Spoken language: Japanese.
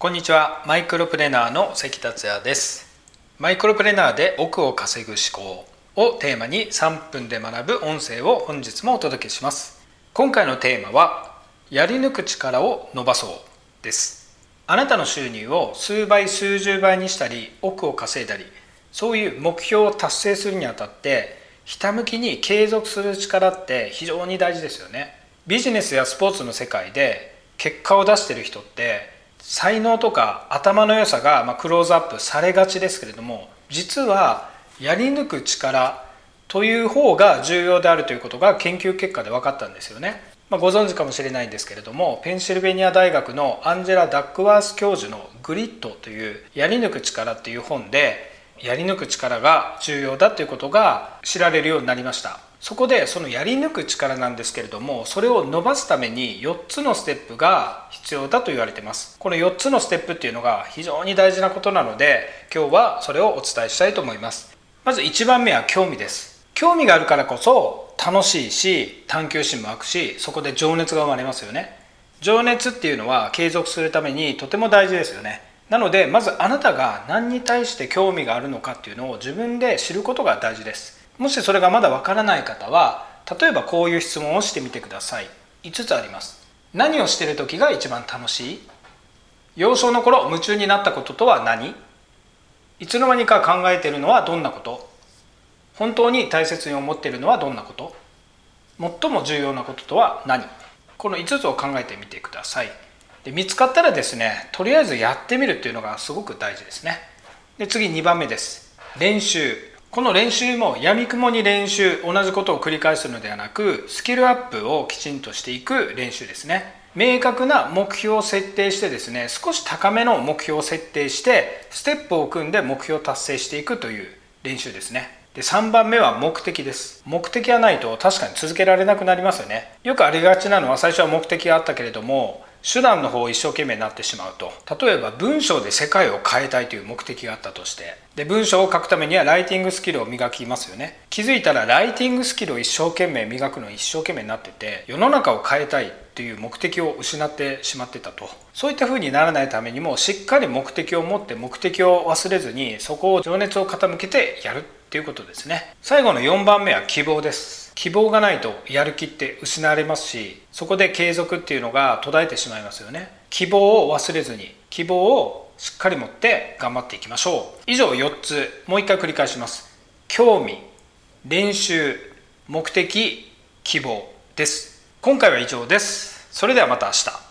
こんにちは。マイクロプレナーの関達也です。マイクロプレナーで億を稼ぐ思考をテーマに3分で学ぶ音声を本日もお届けします。今回のテーマはやり抜く力を伸ばそうです。あなたの収入を数倍数十倍にしたり億を稼いだり、そういう目標を達成するにあたってひたむきに継続する力って非常に大事ですよね。ビジネスやスポーツの世界で結果を出している人って才能とか頭の良さがクローズアップされがちですけれども、実はやり抜く力という方が重要であるということが研究結果で分かったんですよね。ご存知かもしれないんですけれども、ペンシルベニア大学のアンジェラ・ダックワース教授のグリッドというやり抜く力っていう本で、やり抜く力が重要だということが知られるようになりました。そこでそのやり抜く力なんですけれども、それを伸ばすために4つのステップが必要だと言われています。この4つのステップっていうのが非常に大事なことなので、今日はそれをお伝えしたいと思います。まず1番目は興味です。興味があるからこそ楽しいし、探求心も湧くし、そこで情熱が生まれますよね。情熱っていうのは継続するためにとても大事ですよね。なのでまずあなたが何に対して興味があるのかっていうのを自分で知ることが大事です。もしそれがまだわからない方は、例えばこういう質問をしてみてください。5つあります。何をしている時が一番楽しい？幼少の頃夢中になったこととは何？いつの間にか考えているのはどんなこと？本当に大切に思っているのはどんなこと？最も重要なこととは何？この5つを考えてみてください。で、見つかったらですね、とりあえずやってみるっていうのがすごく大事ですね。で、次2番目です。練習。この練習も闇雲に練習、同じことを繰り返すのではなく、スキルアップをきちんとしていく練習ですね。明確な目標を設定してですね、少し高めの目標を設定してステップを組んで目標を達成していくという練習ですね。で、3番目は目的です。目的がないと確かに続けられなくなりますよね。よくありがちなのは、最初は目的があったけれども手段の方を一生懸命になってしまうと。例えば文章で世界を変えたいという目的があったとして、で文章を書くためにはライティングスキルを磨きますよね。気づいたらライティングスキルを一生懸命磨くのに一生懸命になってて、世の中を変えたいという目的を失ってしまってたと。そういった風にならないためにも、しっかり目的を持って目的を忘れずに、そこを情熱を傾けてやるっていうことですね。最後の4番目は希望です。希望がないとやる気って失われますし、そこで継続っていうのが途絶えてしまいますよね。希望を忘れずに、希望をしっかり持って頑張っていきましょう。以上4つ、もう一回繰り返します。興味、練習、目的、希望です。今回は以上です。それではまた明日。